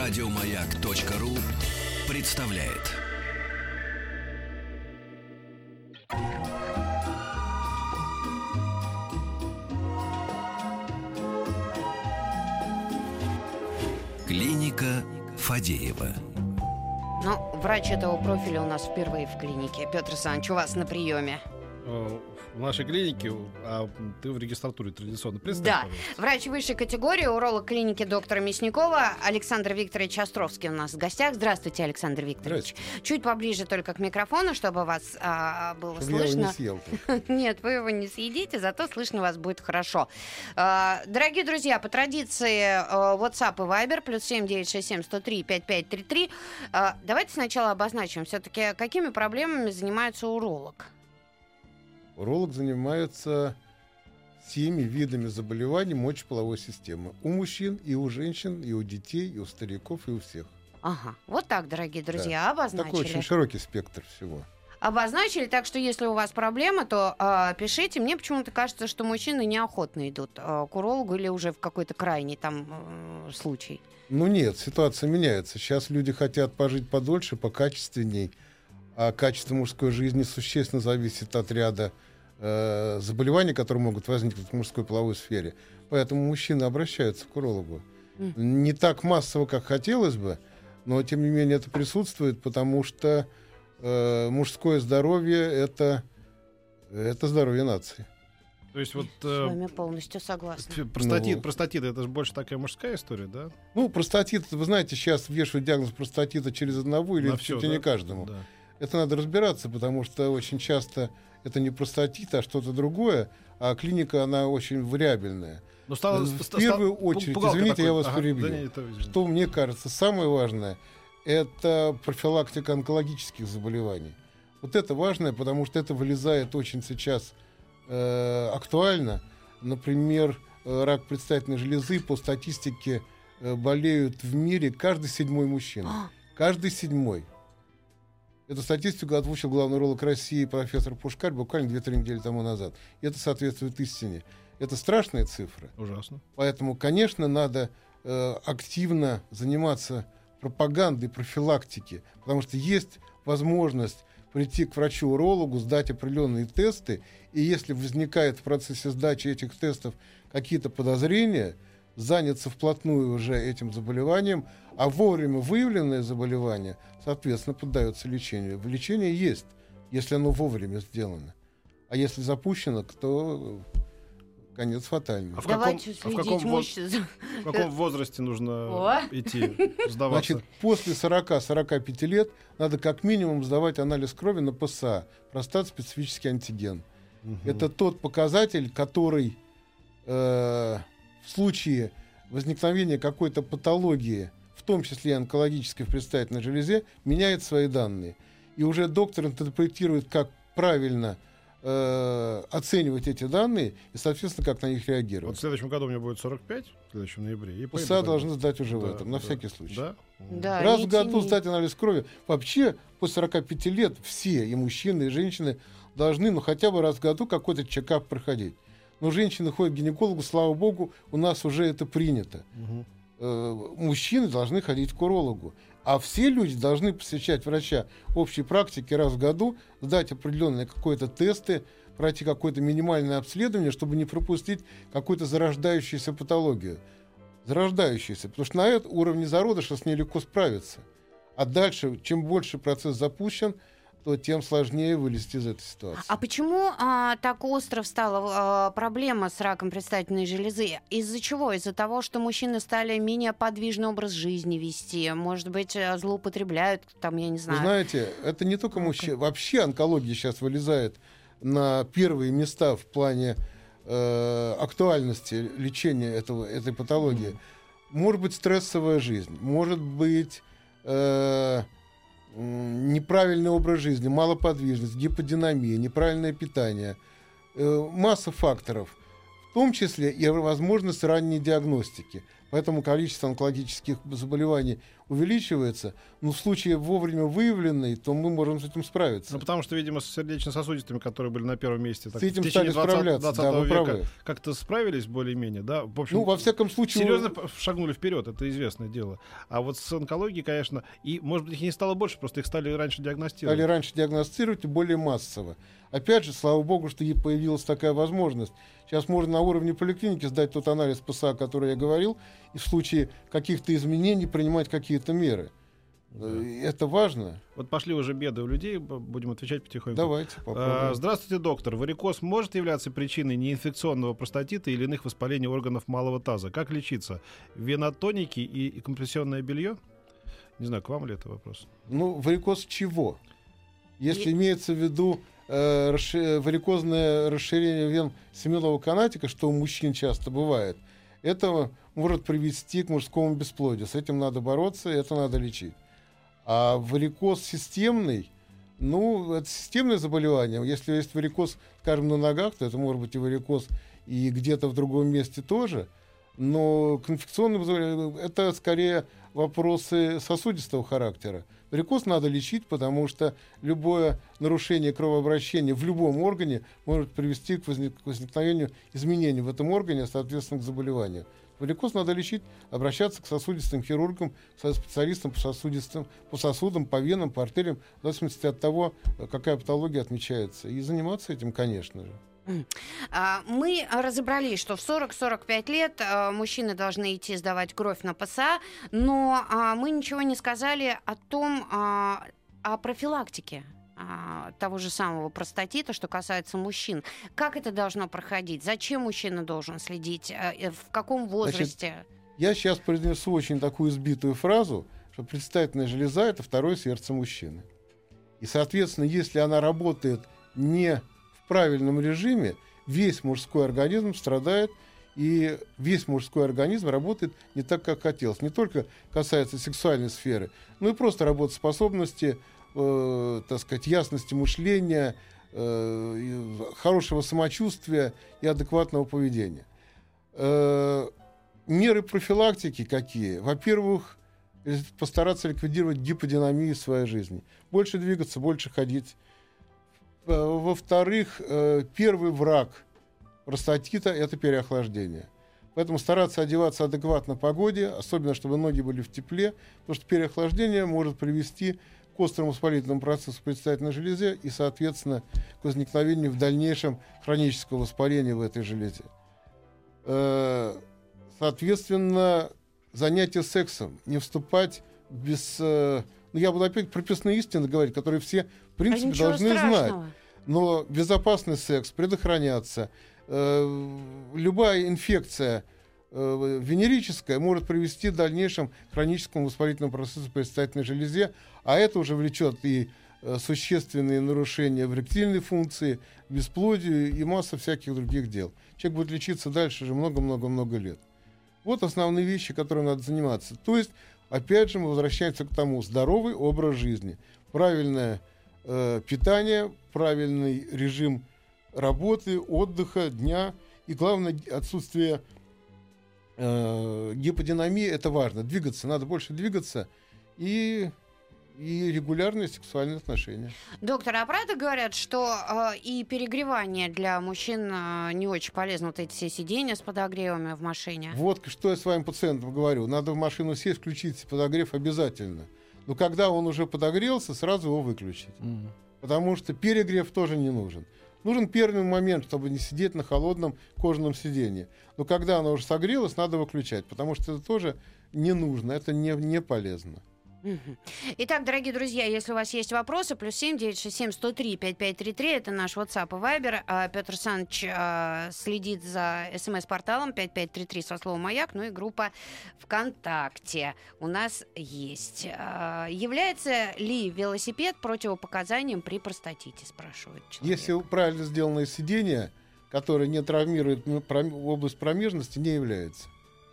Радиомаяк.ру представляет. Клиника Фадеева. Ну, врач этого профиля у нас впервые в клинике. Петр Александрович, у вас на приеме. В нашей клинике, а ты в регистратуре традиционно. Представь, да, пожалуйста. Врач высшей категории, уролог клиники доктора Мясникова Александр Викторович Островский у нас в гостях. Здравствуйте, Александр Викторович. Чуть поближе только к микрофону, чтобы вас было чтобы слышно. Я его не съел. Нет, вы его не съедите, зато слышно вас будет хорошо. Дорогие друзья, по традиции WhatsApp и Viber +7 967 103 5533. Давайте сначала обозначим все-таки, какими проблемами занимается уролог. Уролог занимается всеми видами заболеваний мочеполовой системы. У мужчин, и у женщин, и у детей, и у стариков, и у всех. Ага, вот так, дорогие друзья, Да. обозначили. Такой очень широкий спектр всего. Обозначили, так что если у вас проблема, то пишите. Мне почему-то кажется, что мужчины неохотно идут к урологу или уже в какой-то крайний там случай. Ну нет, ситуация меняется. Сейчас люди хотят пожить подольше, покачественней. А качество мужской жизни существенно зависит от ряда заболеваний, которые могут возникнуть в мужской половой сфере. Поэтому мужчины обращаются к урологу. Не так массово, как хотелось бы, но тем не менее это присутствует, потому что мужское здоровье это здоровье нации. То есть вот С вами полностью согласна. простатит это же больше такая мужская история, да? Ну, простатит, вы знаете, сейчас вешают диагноз простатита через одного или чуть ли не каждому. Да. Это надо разбираться, потому что очень часто это не простатит, а что-то другое, а клиника, она очень вариабельная. Но В первую очередь, извините, я вас перебью. Что мне кажется самое важное, это профилактика онкологических заболеваний. Вот это важно, потому что это вылезает очень сейчас актуально. Например, рак предстательной железы по статистике болеют в мире каждый 7-й мужчина. Каждый 7-й. Эту статистику озвучил главный уролог России профессор Пушкарь буквально 2-3 недели тому назад. И это соответствует истине. Это страшные цифры. Ужасно. Поэтому, конечно, надо активно заниматься пропагандой профилактики, потому что есть возможность прийти к врачу-урологу, сдать определенные тесты, и если возникает в процессе сдачи этих тестов какие-то подозрения, заняться вплотную уже этим заболеванием, а вовремя выявленное заболевание, соответственно, поддается лечению. Лечение есть, если оно вовремя сделано. А если запущено, то конец фатальный. В каком возрасте нужно идти сдаваться? Значит, после 40-45 лет надо как минимум сдавать анализ крови на ПСА, простат-специфический антиген. Это тот показатель, который в случае возникновения какой-то патологии, в том числе онкологической в предстательной железе, меняет свои данные. И уже доктор интерпретирует, как правильно оценивать эти данные и, соответственно, как на них реагировать. Вот в следующем году мне будет 45, в следующем ноябре. И ПСА должны сдать уже в этом, на всякий случай. Да? Да, Раз в году сдать анализ крови. Вообще, после 45 лет все, и мужчины, и женщины, должны, хотя бы раз в году какой-то чекап проходить. Но женщины ходят к гинекологу, слава богу, у нас уже это принято. Мужчины должны ходить к урологу. А все люди должны посещать врача общей практики раз в году, сдать определенные какие-то тесты, пройти какое-то минимальное обследование, чтобы не пропустить какую-то зарождающуюся патологию. Зарождающуюся. Потому что на этом уровне зародыша с ней легко справиться. А дальше, чем больше процесс запущен, то тем сложнее вылезти из этой ситуации. А почему так остро встала проблема с раком предстательной железы? Из-за чего? Из-за того, что мужчины стали менее подвижный образ жизни вести? Может быть, злоупотребляют, там, я не знаю. Вы знаете, это не только мужчины. Вообще онкология сейчас вылезает на первые места в плане актуальности лечения этой патологии. Может быть, стрессовая жизнь. Может быть... неправильный образ жизни, малоподвижность, гиподинамия, неправильное питание, масса факторов, в том числе и возможность ранней диагностики. Поэтому количество онкологических заболеваний увеличивается. Но в случае вовремя выявленной, то мы можем с этим справиться. Ну, потому что, видимо, с сердечно-сосудистыми, которые были на первом месте, так, С этим в течение стали справляться, 20 да, вы века, правы. как-то справились более-менее, да? В общем, Ну, во всяком случае... серьезно шагнули вперед, это известное дело. А вот с онкологией, конечно, и, может быть, их не стало больше, просто их стали раньше диагностировать. Стали раньше диагностировать и более массово. Опять же, слава богу, что и появилась такая возможность. Сейчас можно на уровне поликлиники сдать тот анализ ПСА, о котором я говорил, и в случае каких-то изменений принимать какие-то меры. Да. Это важно. Вот пошли уже беды у людей, будем отвечать потихоньку. Давайте попробуем. Здравствуйте, доктор. Варикоз может являться причиной неинфекционного простатита или иных воспалений органов малого таза? Как лечиться? Венотоники и компрессионное белье? Не знаю, к вам ли это вопрос? Ну, варикоз чего? Если имеется в виду варикозное расширение вен семенного канатика, что у мужчин часто бывает, это может привести к мужскому бесплодию. С этим надо бороться, это надо лечить. А варикоз системный, ну, это системное заболевание. Если есть варикоз, скажем, на ногах, то это может быть и варикоз и где-то в другом месте тоже. Но к инфекционным заболеваниям это скорее вопросы сосудистого характера. Варикоз надо лечить, потому что любое нарушение кровообращения в любом органе может привести к возникновению изменений в этом органе, соответственно, к заболеванию. Варикоз надо лечить, обращаться к сосудистым хирургам, к специалистам по сосудам, по венам, по артериям, в зависимости от того, какая патология отмечается. И заниматься этим, конечно же. Мы разобрались, что в 40-45 лет мужчины должны идти сдавать кровь на ПСА, но мы ничего не сказали о том, о профилактике того же самого простатита, что касается мужчин. Как это должно проходить? Зачем мужчина должен следить? В каком возрасте? Значит, я сейчас произнесу очень такую избитую фразу, что предстательная железа — это второе сердце мужчины. И, соответственно, если она работает не в правильном режиме, весь мужской организм страдает, и весь мужской организм работает не так, как хотелось. Не только касается сексуальной сферы, но и просто работоспособности, так сказать, ясности мышления, хорошего самочувствия и адекватного поведения. Меры профилактики какие? Во-первых, постараться ликвидировать гиподинамию в своей жизни. Больше двигаться, больше ходить. Во-вторых, первый враг простатита — это переохлаждение. Поэтому стараться одеваться адекватно погоде, особенно чтобы ноги были в тепле, потому что переохлаждение может привести к острому воспалительному процессу в предстательной железе и, соответственно, к возникновению в дальнейшем хронического воспаления в этой железе. Соответственно, занятия сексом, не вступать без... я буду опять прописные истины говорить, которые все, в принципе, должны знать. Но безопасный секс, предохраняться. Любая инфекция венерическая может привести в дальнейшем к хроническому воспалительному процессу в предстательной железе, а это уже влечет и существенные нарушения в эректильной функции, бесплодию и масса всяких других дел. Человек будет лечиться дальше уже много-много-много лет. Вот основные вещи, которыми надо заниматься. То есть, опять же, мы возвращаемся к тому: здоровый образ жизни, правильное питание, правильный режим работы, отдыха, дня и, главное, отсутствие гиподинамии. Это важно. Двигаться, надо больше двигаться и регулярные сексуальные отношения. Доктор, а правда говорят, что и перегревание для мужчин не очень полезно, вот эти все сиденья с подогревами в машине? Вот что я своим пациентам говорю. Надо в машину сесть, включить подогрев обязательно. Но когда он уже подогрелся, сразу его выключить. Потому что перегрев тоже не нужен. Нужен первый момент, чтобы не сидеть на холодном кожаном сиденье. Но когда оно уже согрелось, надо выключать, потому что это тоже не нужно, это не полезно. Итак, дорогие друзья, если у вас есть вопросы, +7 967 103 5533, это наш WhatsApp и Viber. Петр Александрович следит за СМС-порталом 5533 со словом «Маяк», ну и группа ВКонтакте у нас есть. Является ли велосипед противопоказанием при простатите, спрашивает человек. Если правильно сделанное сиденье, которое не травмирует область промежности, не является.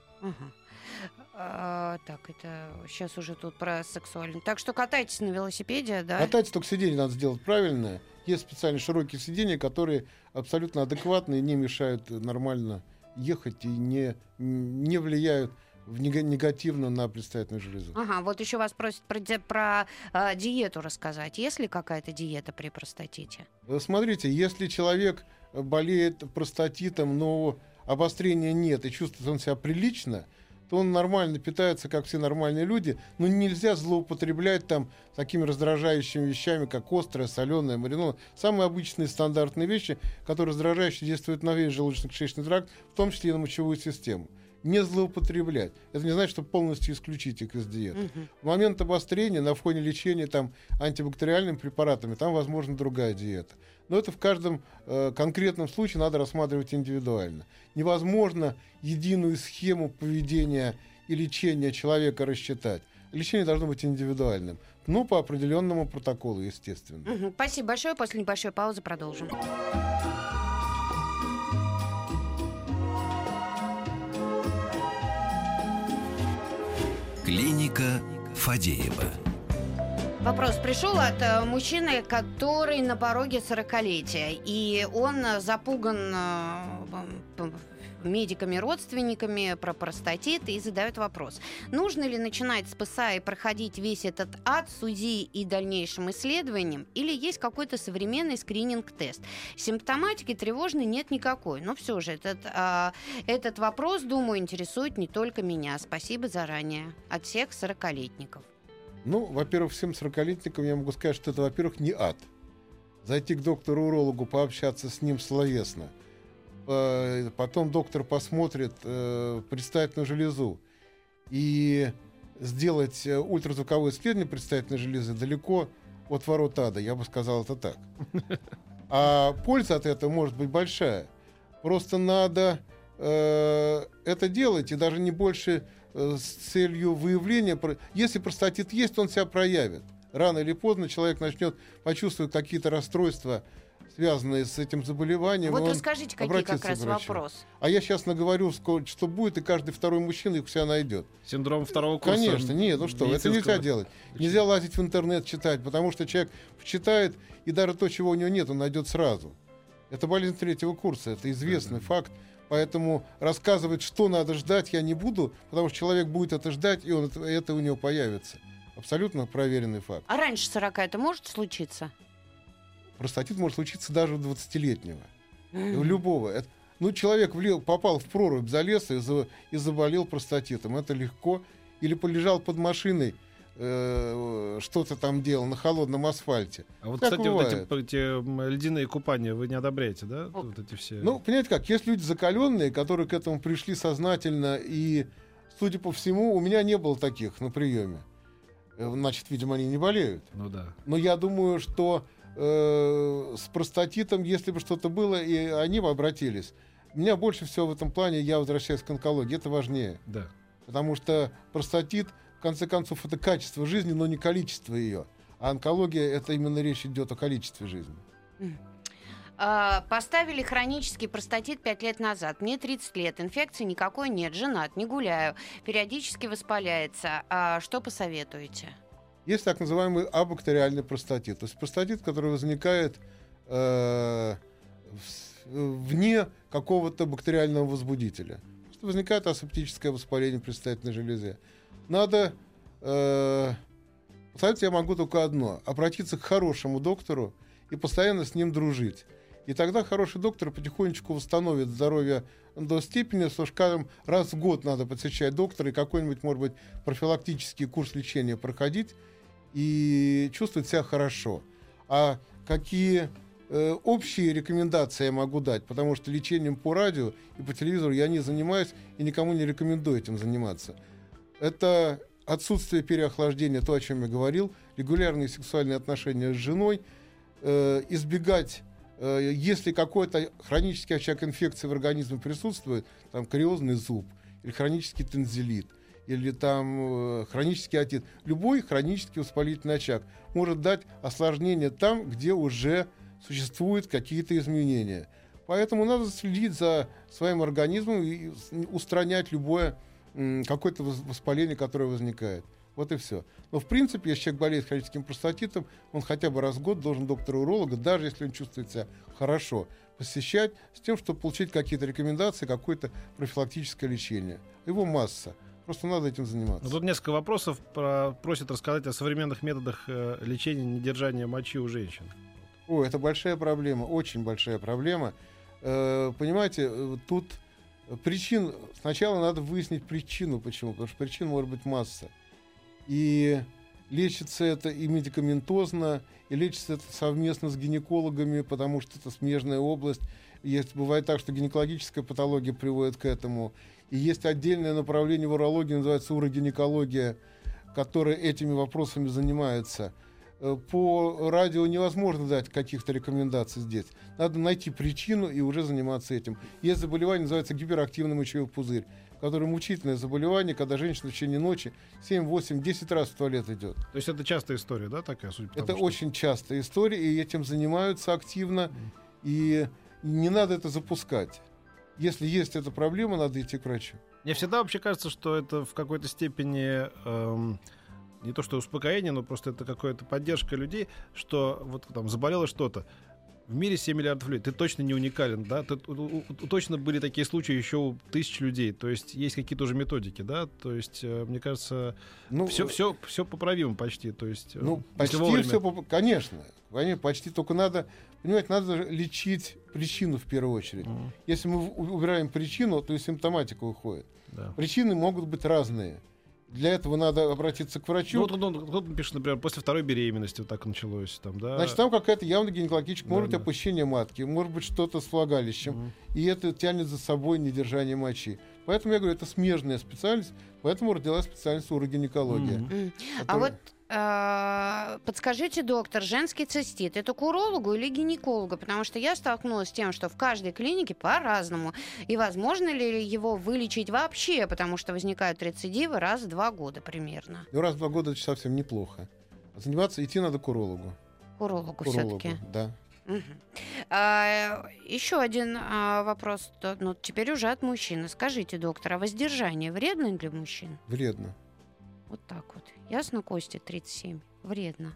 Так, это сейчас уже тут про сексуальность. Так что катайтесь на велосипеде, да? Катайтесь, только сиденье надо сделать правильное. Есть специальные широкие сиденья, которые абсолютно адекватны и не мешают нормально ехать и не влияют негативно на предстательную железу. Ага, вот еще вас просят про диету рассказать. Есть ли какая-то диета при простатите? Смотрите, если человек болеет простатитом, но обострения нет и чувствует он себя прилично, то он нормально питается, как все нормальные люди, но нельзя злоупотреблять там такими раздражающими вещами, как острое, соленое, мариновое. Самые обычные стандартные вещи, которые раздражающе действуют на весь желудочно-кишечный тракт, в том числе и на мочевую систему. Не злоупотреблять. Это не значит, что полностью исключить их из диеты. В момент обострения, на фоне лечения там, антибактериальными препаратами, там возможна другая диета. Но это в каждом конкретном случае надо рассматривать индивидуально. Невозможно единую схему поведения и лечения человека рассчитать. Лечение должно быть индивидуальным, но по определенному протоколу, естественно. Спасибо большое. После небольшой паузы продолжим. Клиника Фадеева. Вопрос пришел от мужчины, который на пороге 40-летия. И он запуган медиками, родственниками про простатит и задает вопрос. Нужно ли начинать с ПСА и проходить весь этот ад с УЗИ и дальнейшим исследованием? Или есть какой-то современный скрининг-тест? Симптоматики тревожной нет никакой. Но все же этот вопрос, думаю, интересует не только меня. Спасибо заранее от всех 40-летников. Ну, во-первых, всем 40-летникам я могу сказать, что это, во-первых, не ад. Зайти к доктору-урологу, пообщаться с ним словесно. Потом доктор посмотрит предстательную железу. И сделать ультразвуковое исследование предстательной железы далеко от ворот ада. Я бы сказал это так. А польза от этого может быть большая. Просто надо это делать, и даже не больше с целью выявления. Если простатит есть, он себя проявит. Рано или поздно человек начнет почувствовать какие-то расстройства, связанные с этим заболеванием. Вот расскажите, какие как раз вопрос. А я сейчас наговорю, что будет, и каждый второй мужчина их у себя найдет. Синдром второго курса. Конечно, нет, ну что, это нельзя делать. Нельзя лазить в интернет, читать, потому что человек читает, и даже то, чего у него нет, он найдет сразу. Это болезнь третьего курса, это известный факт. Поэтому рассказывать, что надо ждать, я не буду, потому что человек будет это ждать, и это у него появится. Абсолютно проверенный факт. А раньше 40 это может случиться? Простатит может случиться даже у 20-летнего. У любого. Человек попал в прорубь, залез и заболел простатитом. Это легко. Или полежал под машиной, что-то там делал на холодном асфальте. А вот, так кстати, бывает. вот эти ледяные купания вы не одобряете, да? Вот эти все. Ну, понимаете как, есть люди закаленные, которые к этому пришли сознательно, и, судя по всему, у меня не было таких на приеме. Значит, видимо, они не болеют. Ну да. Но я думаю, что с простатитом, если бы что-то было, и они бы обратились. Меня больше всего в этом плане, я возвращаюсь к онкологии, это важнее. Да. Потому что простатит, в конце концов, это качество жизни, но не количество ее. А онкология, это именно речь идет о количестве жизни. Поставили хронический простатит 5 лет назад. Мне 30 лет, инфекции никакой нет, женат, не гуляю, периодически воспаляется. Что посоветуете? Есть так называемый абактериальный простатит. То есть простатит, который возникает вне какого-то бактериального возбудителя. Просто возникает асептическое воспаление предстательной железы. Надо... Посоветовать я могу только одно. Обратиться к хорошему доктору и постоянно с ним дружить. И тогда хороший доктор потихонечку восстановит здоровье до степени, что, скажем, раз в год надо посещать доктора и какой-нибудь, может быть, профилактический курс лечения проходить и чувствовать себя хорошо. А какие общие рекомендации я могу дать? Потому что лечением по радио и по телевизору я не занимаюсь и никому не рекомендую этим заниматься. Это отсутствие переохлаждения, то, о чем я говорил, регулярные сексуальные отношения с женой, избегать, если какой-то хронический очаг инфекции в организме присутствует, там кариозный зуб, или хронический тонзиллит, или там хронический отит, любой хронический воспалительный очаг может дать осложнение там, где уже существуют какие-то изменения. Поэтому надо следить за своим организмом и устранять любое какое-то воспаление, которое возникает. Вот и все. Но в принципе, если человек болеет хроническим простатитом, он хотя бы раз в год должен доктора-уролога, даже если он чувствует себя хорошо, посещать с тем, чтобы получить какие-то рекомендации, какое-то профилактическое лечение. Его масса. Просто надо этим заниматься. Ну, тут несколько вопросов просят рассказать о современных методах лечения недержания мочи у женщин. О, это большая проблема, очень большая проблема. Понимаете, тут причин... Сначала надо выяснить причину, почему. Потому что причин может быть масса. И лечится это и медикаментозно, и лечится это совместно с гинекологами, потому что это смежная область. Бывает так, что гинекологическая патология приводит к этому. И есть отдельное направление в урологии, называется урогинекология, которая этими вопросами занимается. По радио невозможно дать каких-то рекомендаций здесь. Надо найти причину и уже заниматься этим. Есть заболевание, называется гиперактивный мочевой пузырь, которое мучительное заболевание, когда женщина в течение ночи 7, 8, 10 раз в туалет идет. То есть это частая история, да, такая, судя по тому, Это что... очень частая история, и этим занимаются активно, и не надо это запускать. Если есть эта проблема, надо идти к врачу. Мне всегда вообще кажется, что это в какой-то степени не то что успокоение, но просто это какая-то поддержка людей, что вот там заболело что-то. В мире 7 миллиардов людей. Ты точно не уникален, да? Точно были такие случаи еще у тысяч людей. То есть есть какие-то уже методики, да? То есть, мне кажется, все поправимо почти. То есть, почти вовремя... все, конечно, почти, только надо, понимаете, надо лечить причину в первую очередь. Если мы убираем причину, то и симптоматика уходит. Да. Причины могут быть разные. Для этого надо обратиться к врачу. Кто-то пишет, например, после второй беременности вот так началось. Там, да? Значит, там какая-то явно гинекологическая, может быть, опущение матки, может быть, что-то с влагалищем. И это тянет за собой недержание мочи. Поэтому я говорю, это смежная специальность, поэтому родилась специальность урогинекология. А вот подскажите, доктор, женский цистит — это к урологу или гинекологу? Потому что я столкнулась с тем, что в каждой клинике по-разному. И возможно ли его вылечить вообще? Потому что возникают рецидивы раз в 2 года примерно. Раз в 2 года это совсем неплохо. Идти надо к урологу. К урологу все-таки. Да. Еще один вопрос. Теперь уже от мужчины. Скажите, доктор, а воздержание вредно для мужчин? Вредно. Вот так вот. Ясно, Костя, 37. Вредно.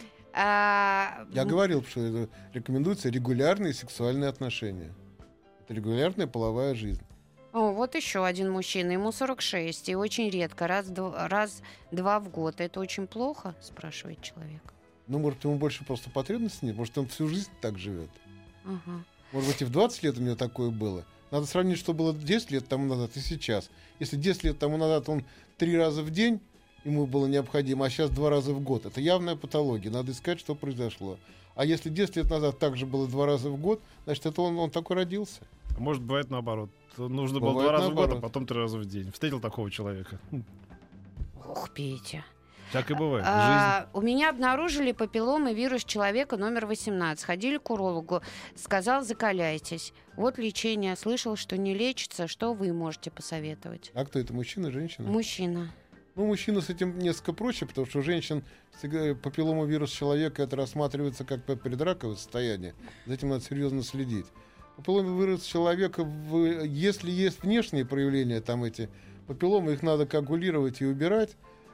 Я говорил, что это рекомендуются регулярные сексуальные отношения. Это регулярная половая жизнь. Вот еще один мужчина. Ему 46. И очень редко. Раз-два в год. Это очень плохо? Спрашивает человек. Может, ему больше просто потребностей нет. Может, он всю жизнь так живет. Ага. Может быть, и в 20 лет у него такое было. Надо сравнить, что было 10 лет тому назад и сейчас. Если 10 лет тому назад он 3 раза в день ему было необходимо, а сейчас 2 раза в год. Это явная патология. Надо искать, что произошло. А если 10 лет назад также было 2 раза в год, значит, это он такой родился. А может, бывает наоборот. Нужно было 2 раза в год, а потом 3 раза в день. Встретил такого человека. Ох, Петя. Так и бывает. У меня обнаружили папилломы вирус человека номер 18. Ходили к урологу. Сказал, закаляйтесь. Вот лечение. Слышал, что не лечится. Что вы можете посоветовать? А кто это, мужчина, женщина? Мужчина. Мужчина с этим несколько проще, потому что у женщин папилломовирус человека это рассматривается как предраковое состояние. За этим надо серьезно следить. Папилломовирус человека, если есть внешние проявления, там эти папилломы, их надо коагулировать и убирать.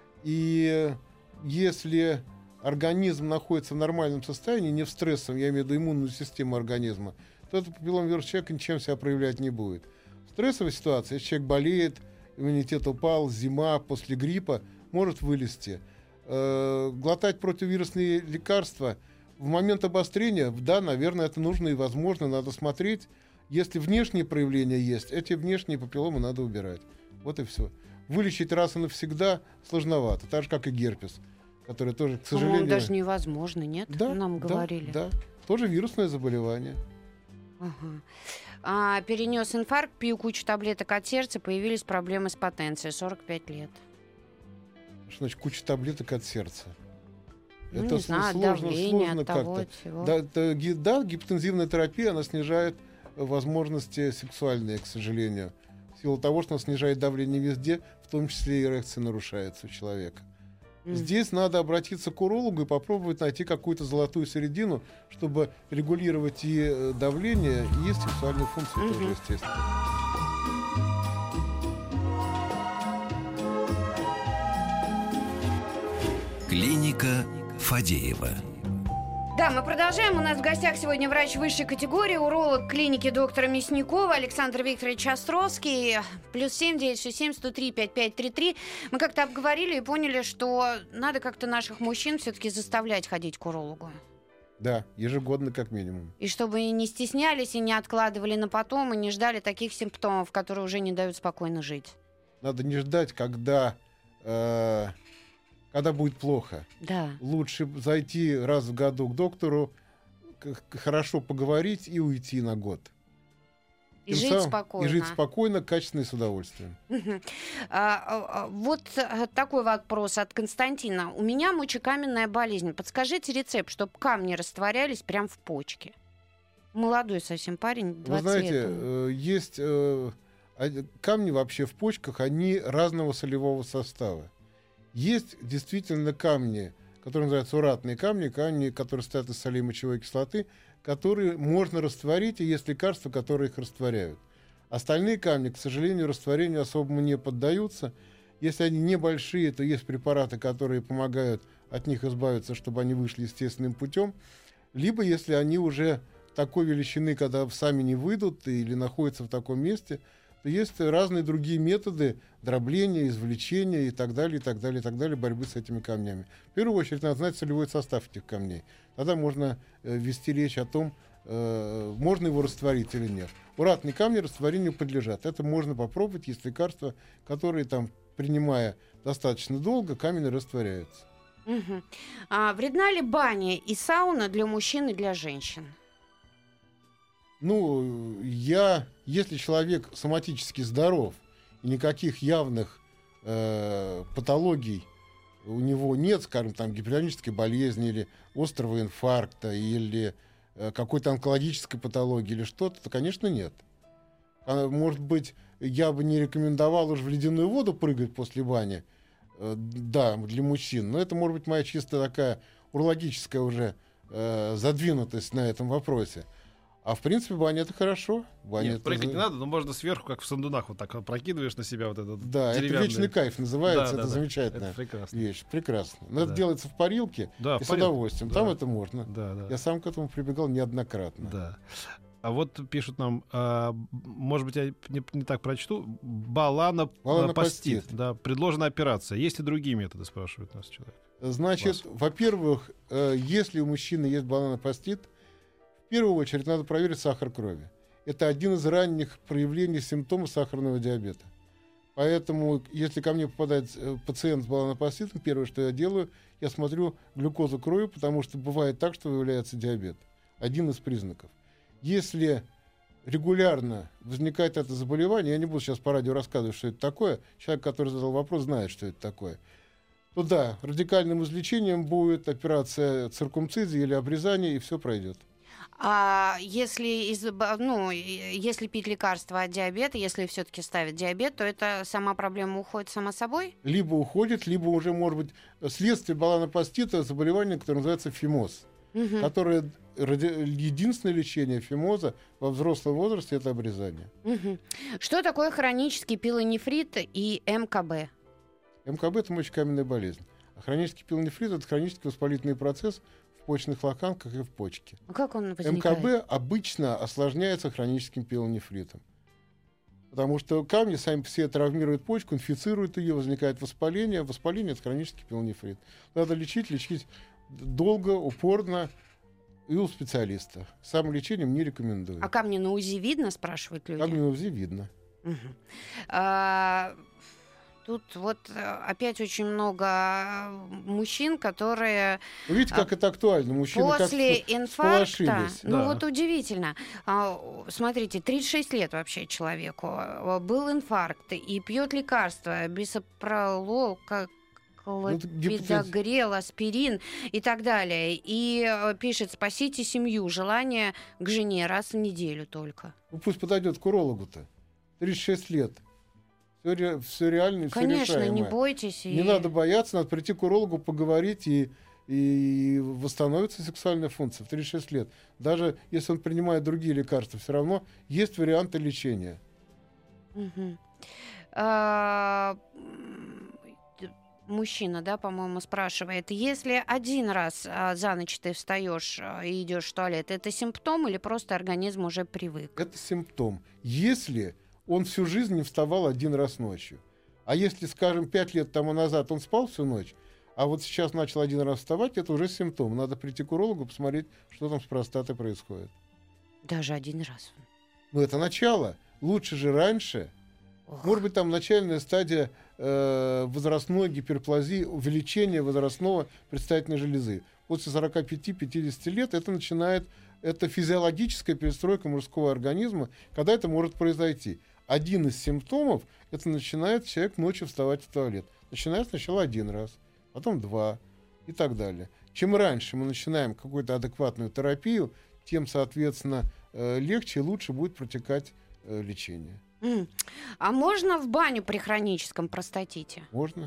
И если организм находится в нормальном состоянии, не в стрессовом, я имею в виду иммунную систему организма, то этот папилломовирус человека ничем себя проявлять не будет. В стрессовой ситуации, если человек болеет, иммунитет упал, зима, после гриппа, может вылезти. Глотать противовирусные лекарства в момент обострения, да, наверное, это нужно и возможно, надо смотреть. Если внешние проявления есть, эти внешние папилломы надо убирать. Вот и все. Вылечить раз и навсегда сложновато, так же, как и герпес, который тоже, к сожалению... По-моему, даже невозможно, нет? Да, нам говорили. Да, тоже вирусное заболевание. Ага. Перенес инфаркт, пью кучу таблеток от сердца, появились проблемы с потенцией, 45 лет. Что значит куча таблеток от сердца? Это сложно от того, как-то. Всего. Да, гипотензивная терапия, она снижает возможности сексуальные, к сожалению. В силу того, что она снижает давление везде, в том числе и эрекция нарушается у человека. Здесь надо обратиться к урологу и попробовать найти какую-то золотую середину, чтобы регулировать и давление, и сексуальные функции тоже, естественно. Клиника Фадеева. Да, мы продолжаем. У нас в гостях сегодня врач высшей категории, уролог клиники доктора Мясникова Александр Викторович Островский. +7 967 103 5533. Мы как-то обговорили и поняли, что надо как-то наших мужчин все-таки заставлять ходить к урологу. Да, ежегодно как минимум. И чтобы не стеснялись и не откладывали на потом, и не ждали таких симптомов, которые уже не дают спокойно жить. Надо не ждать, когда будет плохо. Да. Лучше зайти раз в году к доктору, хорошо поговорить и уйти на год. И Тем жить самым- спокойно. И жить спокойно, качественно и с удовольствием. Вот такой вопрос от Константина. У меня мочекаменная болезнь. Подскажите рецепт, чтобы камни растворялись прямо в почке. Молодой совсем парень, 20 Вы знаете, лет. есть камни вообще в почках, они разного солевого состава. Есть действительно камни, которые называются уратные камни, которые состоят из солей мочевой кислоты, которые можно растворить, и есть лекарства, которые их растворяют. Остальные камни, к сожалению, растворению особому не поддаются. Если они небольшие, то есть препараты, которые помогают от них избавиться, чтобы они вышли естественным путем. Либо, если они уже такой величины, когда сами не выйдут или находятся в таком месте, то есть разные другие методы дробления, извлечения и так далее, и так далее, и так далее, борьбы с этими камнями. В первую очередь надо знать солевой состав этих камней. Тогда можно вести речь о том, можно его растворить или нет. Уратные камни растворению подлежат. Это можно попробовать. Есть лекарства, которые, принимая достаточно долго, камень растворяется. Угу. Вредна ли баня и сауна для мужчин и для женщин? Если человек соматически здоров и никаких явных патологий у него нет, скажем, гипертонической болезни или острого инфаркта или какой-то онкологической патологии или что-то, то, конечно, нет. Может быть, я бы не рекомендовал уж в ледяную воду прыгать после бани, да, для мужчин, но это, может быть, моя чисто такая урологическая уже задвинутость на этом вопросе. А в принципе, баня — это хорошо. Нет, прыгать не надо, но можно сверху, как в сандунах, вот так прокидываешь на себя вот этот Да, деревянный... это вечный кайф называется, Да, это да, замечательная это прекрасно. вещь, прекрасно. Но Да. это делается в парилке Да, и в с парилке. удовольствием. Да. Там это можно. Да. Я сам к этому прибегал неоднократно. Да. А вот пишут нам, может быть, я не так прочту, баланопастит. Да, предложена операция. Есть ли другие методы, спрашивает нас человек. Значит, во-первых, если у мужчины есть баланопастит, в первую очередь надо проверить сахар крови. Это один из ранних проявлений симптомов сахарного диабета. Поэтому, если ко мне попадает пациент с баланопаститом, первое, что я делаю, я смотрю глюкозу крови, потому что бывает так, что выявляется диабет. Один из признаков. Если регулярно возникает это заболевание, я не буду сейчас по радио рассказывать, что это такое, человек, который задал вопрос, знает, что это такое, то да, радикальным излечением будет операция циркумцизии или обрезания, и все пройдет. А если пить лекарства от диабета, если все-таки ставят диабет, то это сама проблема уходит сама собой? Либо уходит, либо уже, может быть, следствие баланопастита заболевание, которое называется фимоз, которое единственное лечение фимоза во взрослом возрасте — это обрезание. Что такое хронический пилонефрит и МКБ? МКБ — это мочекаменная болезнь. А хронический пилонефрит — это хронический воспалительный процесс в почных лоханках и в почке. А как он возникает? МКБ обычно осложняется хроническим пилонефритом. Потому что камни сами по себе травмируют почку, инфицируют ее, возникает воспаление. Воспаление — это хронический пилонефрит. Надо лечить долго, упорно и у специалиста. Самолечением не рекомендую. А камни на УЗИ видно, спрашивают люди? Камни на УЗИ видно. Тут вот опять очень много мужчин, которые... Вы видите, как это актуально? Мужчины после как инфаркта, сполошились. Да. вот удивительно. Смотрите, 36 лет вообще человеку. Был инфаркт и пьет лекарства, бисопролол, клопидогрел, аспирин и так далее. И пишет: спасите семью, желание к жене раз в неделю только. Ну, пусть подойдет к урологу-то. 36 лет. Все реально, все Конечно, решаемое. не бойтесь. Не надо бояться, надо прийти к урологу, поговорить, и восстановится сексуальная функция в 36 лет. Даже если он принимает другие лекарства, все равно есть варианты лечения. Мужчина, да, по-моему, спрашивает, если один раз за ночь ты встаешь и идешь в туалет, это симптом или просто организм уже привык? Это симптом. Если он всю жизнь не вставал один раз ночью, а если, скажем, 5 лет тому назад он спал всю ночь, а вот сейчас начал один раз вставать, это уже симптом. Надо прийти к урологу, посмотреть, что там с простатой происходит. Даже один раз. Ну, это начало. Лучше же раньше. Может быть, там начальная стадия возрастной гиперплазии, увеличения возрастного предстательной железы. После 45-50 лет это физиологическая перестройка мужского организма, когда это может произойти. Один из симптомов — это начинает человек ночью вставать в туалет. Начинает сначала один раз, потом 2 и так далее. Чем раньше мы начинаем какую-то адекватную терапию, тем, соответственно, легче и лучше будет протекать лечение. А можно в баню при хроническом простатите? Можно.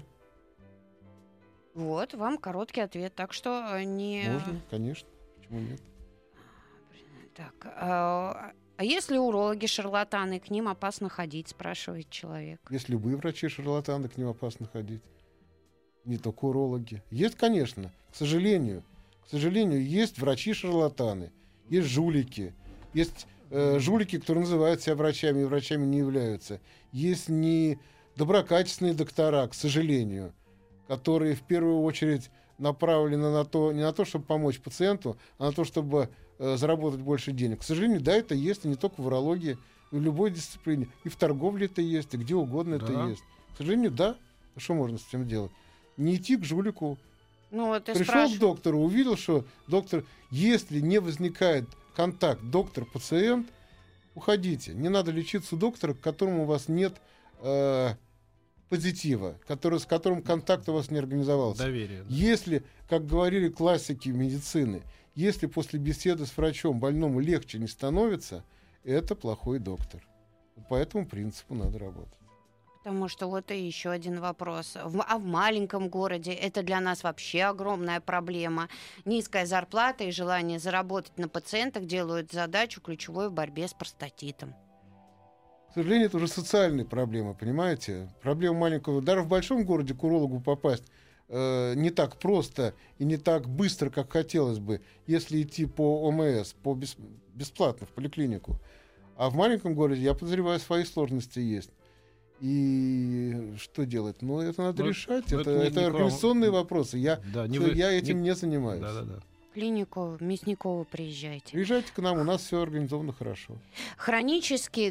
Вот, вам короткий ответ, так что не... Можно, конечно. Почему нет? Так, а если урологи шарлатаны, к ним опасно ходить, спрашивает человек. Есть любые врачи шарлатаны, к ним опасно ходить. Не только урологи. Есть, конечно, к сожалению, есть врачи-шарлатаны, есть жулики, есть жулики, которые называют себя врачами и врачами не являются. Есть недоброкачественные доктора, к сожалению, которые в первую очередь направлены на то, не на то, чтобы помочь пациенту, а на то, чтобы заработать больше денег. К сожалению, да, это есть, и не только в урологии, и в любой дисциплине. И в торговле это есть, и где угодно это есть. К сожалению, да. Что можно с этим делать? Не идти к жулику. Ну, вот Пришел к доктору, увидел, что доктор, если не возникает контакт доктор-пациент, уходите. Не надо лечиться у доктора, к которому у вас нет позитива, с которым контакт у вас не организовался. Доверие. Да. Если, как говорили классики медицины, если после беседы с врачом больному легче не становится, это плохой доктор. По этому принципу надо работать. Потому что вот и еще один вопрос. А в маленьком городе это для нас вообще огромная проблема. Низкая зарплата и желание заработать на пациентах делают задачу ключевой в борьбе с простатитом. К сожалению, это уже социальные проблемы, понимаете? Проблема маленького... Даже в большом городе к урологу попасть не так просто и не так быстро, как хотелось бы, если идти по ОМС, бесплатно в поликлинику. А в маленьком городе, я подозреваю, свои сложности есть. И что делать? Ну, это надо решать. Это организационные вопросы. Я этим не занимаюсь. В клинику Мясникова приезжайте. Приезжайте к нам, у нас все организовано хорошо. Хронический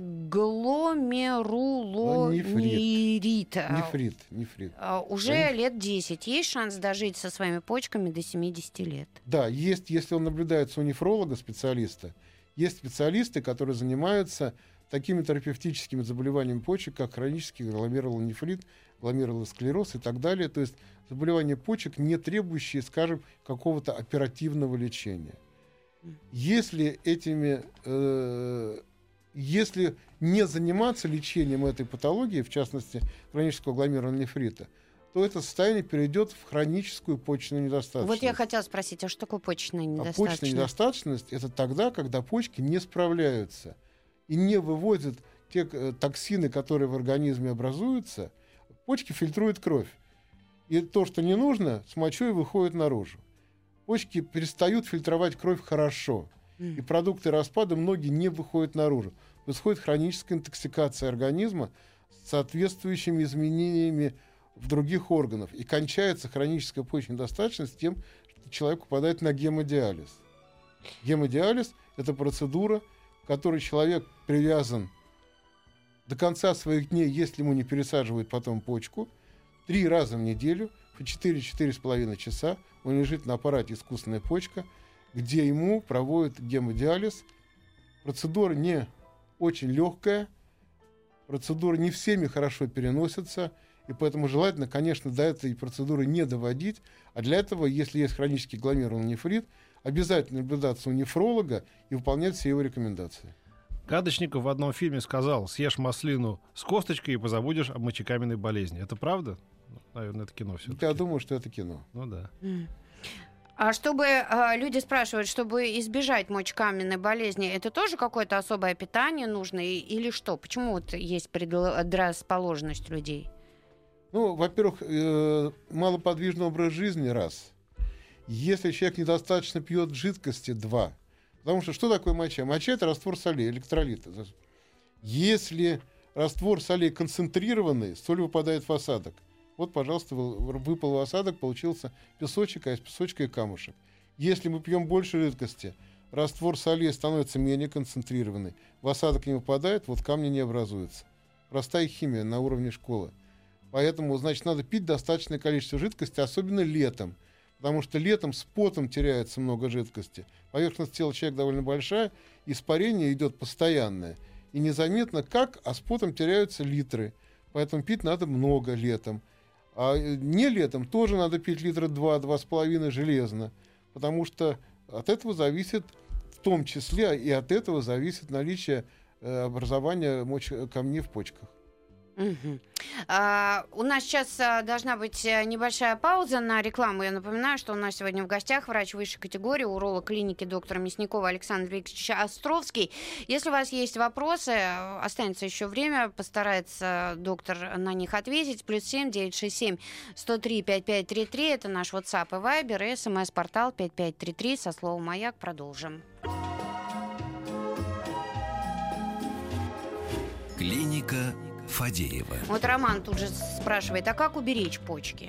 гломерулонефрит. Нефрит. Уже лет 10. Есть шанс дожить со своими почками до 70 лет? Да, есть, если он наблюдается у нефролога, специалиста. Есть специалисты, которые занимаются такими терапевтическими заболеваниями почек, как хронический гломерулонефрит, гломерулосклероз и так далее. То есть заболевания почек, не требующие, скажем, какого-то оперативного лечения. Если не заниматься лечением этой патологии, в частности хронического гломерулонефрита, то это состояние перейдет в хроническую почечную недостаточность. Вот я хотела спросить, а что такое почечная недостаточность? Почечная недостаточность — это тогда, когда почки не справляются и не выводят те токсины, которые в организме образуются. Почки фильтруют кровь. И то, что не нужно, с мочой выходит наружу. Почки перестают фильтровать кровь хорошо. И продукты распада многие не выходят наружу. Происходит хроническая интоксикация организма с соответствующими изменениями в других органах. И кончается хроническая почечная недостаточность тем, что человек попадает на гемодиализ. Гемодиализ — это процедура, в которой человек привязан до конца своих дней, если ему не пересаживают потом почку, 3 раза в неделю, по 4-4,5 часа он лежит на аппарате «Искусственная почка», где ему проводят гемодиализ. Процедура не очень легкая, процедура не всеми хорошо переносится, и поэтому желательно, конечно, до этой процедуры не доводить, а для этого, если есть хронический гломерулонефрит, обязательно наблюдаться у нефролога и выполнять все его рекомендации. Кадочников в одном фильме сказал: съешь маслину с косточкой и позабудешь об мочекаменной болезни. Это правда? Наверное, это кино все-таки. Я думаю, что это кино. Ну да. А чтобы люди спрашивают, чтобы избежать мочекаменной болезни, это тоже какое-то особое питание нужно или что? Почему вот есть предрасположенность людей? Ну, во-первых, малоподвижный образ жизни, раз. Если человек недостаточно пьет жидкости, два. Потому что такое моча? Моча — это раствор солей, электролиты. Если раствор солей концентрированный, соль выпадает в осадок. Вот, пожалуйста, выпал в осадок, получился песочек, а из песочка и камушек. Если мы пьем больше жидкости, раствор солей становится менее концентрированный, в осадок не выпадает, вот камни не образуются. Простая химия на уровне школы. Поэтому, значит, надо пить достаточное количество жидкости, особенно летом. Потому что летом с потом теряется много жидкости. Поверхность тела человека довольно большая, испарение идет постоянное. И незаметно как, а с потом теряются литры. Поэтому пить надо много летом. А не летом тоже надо пить литра 2-2,5 железно. Потому что от этого зависит, в том числе и от этого зависит наличие образования камней в почках. Угу. У нас сейчас должна быть небольшая пауза на рекламу. Я напоминаю, что у нас сегодня в гостях врач высшей категории, уролог клиники доктора Мясникова Александр Викторович Островский. Если у вас есть вопросы, останется еще время, постарается доктор на них ответить. +7 967 103 5533. Это наш WhatsApp и Viber, и СМС-портал 5533 со словом «Маяк». Продолжим. Клиника Фадеева. Вот Роман тут же спрашивает, а как уберечь почки?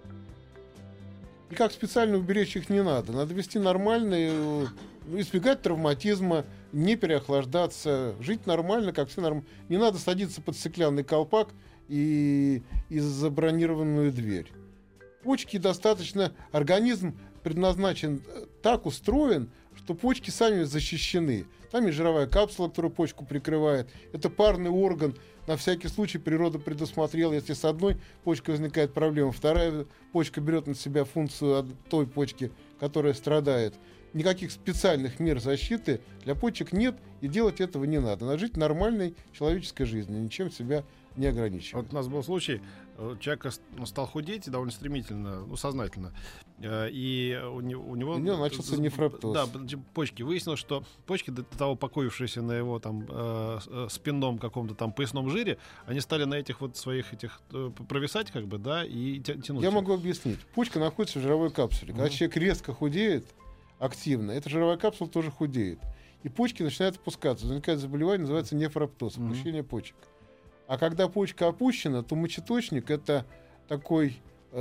Никак специально уберечь их не надо. Надо вести нормально, избегать травматизма, не переохлаждаться, жить нормально, как все нормально. Не надо садиться под стеклянный колпак и забронированную дверь. Почки достаточно... Организм предназначен, так устроен, что почки сами защищены. Там есть жировая капсула, которая почку прикрывает. Это парный орган. На всякий случай природа предусмотрела, если с одной почкой возникает проблема, вторая почка берет на себя функцию от той почки, которая страдает. Никаких специальных мер защиты для почек нет, и делать этого не надо. Надо жить нормальной человеческой жизнью, ничем себя не ограничивать. Вот у нас был случай, человек стал худеть довольно стремительно, сознательно, и у него начался нефроптоз. Да, почки. Выяснилось, что почки, до того покоившиеся на его там спинном каком-то там поясном жире, они стали на этих вот своих провисать как бы, да, и тянуть. Я могу объяснить. Почка находится в жировой капсуле. Когда человек резко худеет, активно, эта жировая капсула тоже худеет. И почки начинают опускаться. Возникает заболевание, называется нефроптоз, опущение почек. А когда почка опущена, то мочеточник — это такой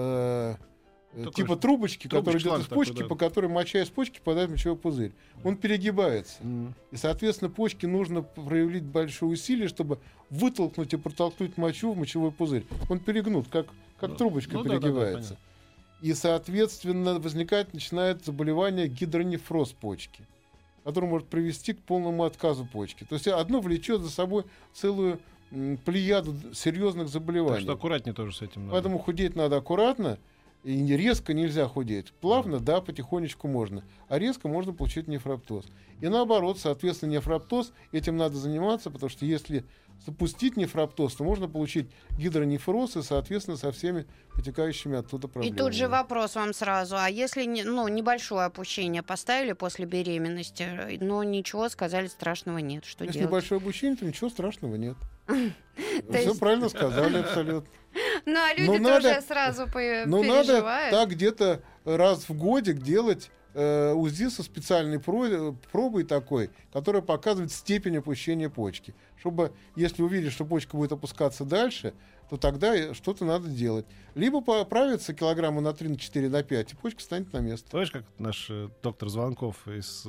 типа трубочки, которая идет из почки, такой, да, по которой моча из почки попадает в мочевой пузырь. Он перегибается. И, соответственно, почке нужно проявить большое усилие, чтобы вытолкнуть и протолкнуть мочу в мочевой пузырь. Он перегнут, как трубочка перегибается. И, соответственно, начинает заболевание гидронефроз почки, который может привести к полному отказу почки. То есть одно влечет за собой целую плеяду серьезных заболеваний. Так что аккуратнее тоже с этим надо. Поэтому худеть надо аккуратно, и резко нельзя худеть. Плавно, да, потихонечку можно. А резко можно получить нефроптоз. И наоборот, соответственно, нефроптоз, этим надо заниматься, потому что если запустить нефроптоз, то можно получить гидронефроз и, соответственно, со всеми вытекающими оттуда проблемами. И тут же вопрос вам сразу. А если небольшое опущение поставили после беременности, но ничего, сказали, страшного нет, что если делать? небольшое опущение, то ничего страшного нет. Все правильно сказали, абсолютно. Ну, а люди тоже сразу переживают. Ну, надо так где-то раз в годик делать УЗИ со специальной пробой такой, которая показывает степень опущения почки. Чтобы, если увидишь, что почка будет опускаться дальше, то тогда что-то надо делать. Либо поправиться килограмма на 3, на 4, на 5, и почка станет на место. Знаешь, как наш доктор Звонков из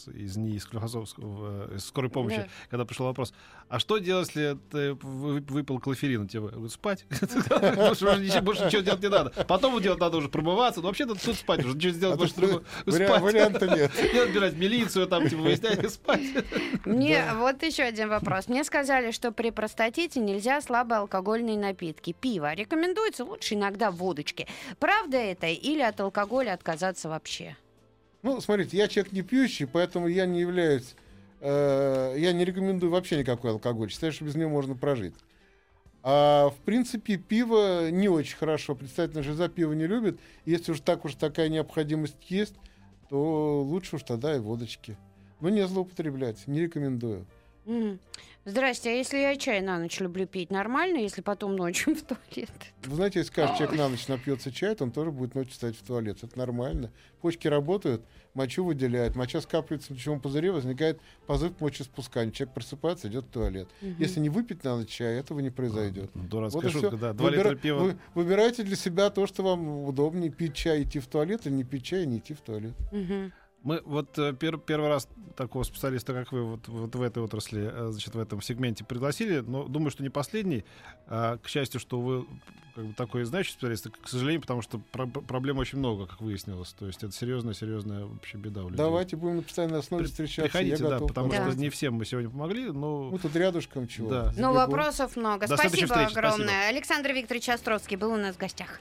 скорой помощи, да, когда пришел вопрос, а что делать, если ты выпил клофелин? Тебе говорят, спать. Больше ничего делать не надо. Потом делать надо уже промываться. Но вообще-то тут спать уже. Ничего сделать больше другого. Варианта нет. Не отбирать милицию, там, выяснять и спать. Мне вот еще один вопрос. Мне сказали, что при простатите нельзя слабоалкогольные напитки. Пиво рекомендуется, лучше иногда водочки. Правда это или от алкоголя отказаться вообще? Ну, смотрите, я человек не пьющий, поэтому я не являюсь... я не рекомендую вообще никакой алкоголь. Считаю, что без него можно прожить. А в принципе пиво не очень хорошо. Предстательная железа пиво не любит. Если уж такая необходимость есть, то лучше уж тогда и водочки. Но не злоупотреблять, не рекомендую. Здрасте, а если я чай на ночь люблю пить, нормально, если потом ночью в туалет? Вы знаете, если каждый человек на ночь напьется чая, то он тоже будет ночью встать в туалет. Это нормально. Почки работают, мочу выделяют, моча скапливается в мочевом пузыре, возникает позыв к мочеспусканию. Человек просыпается, идет в туалет. Если не выпить на ночь чай, этого не произойдет. Дурацкая шутка, да. 2 литра пива. Выбирайте для себя то, что вам удобнее. Пить чай, идти в туалет, или не пить чай, не идти в туалет. Мы вот первый раз такого специалиста, как вы, вот в этой отрасли, значит, в этом сегменте пригласили, но думаю, что не последний. К счастью, что вы как бы такой знающий специалист, к сожалению, потому что проблем очень много, как выяснилось. То есть это серьезная вообще беда у людей. Давайте будем на постоянной основе встречаться. Приходите, я да, готов, потому что не всем мы сегодня помогли, но... Мы тут рядышком чего. Да. Ну, вопросов много. До Спасибо следующей встречи. огромное. Спасибо. Александр Викторович Островский был у нас в гостях.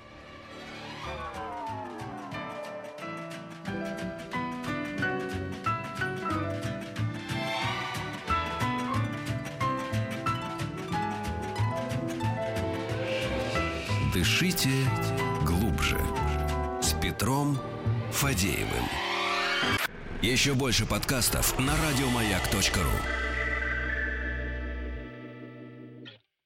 Дышите глубже. С Петром Фадеевым. Еще больше подкастов на радиомаяк.ру.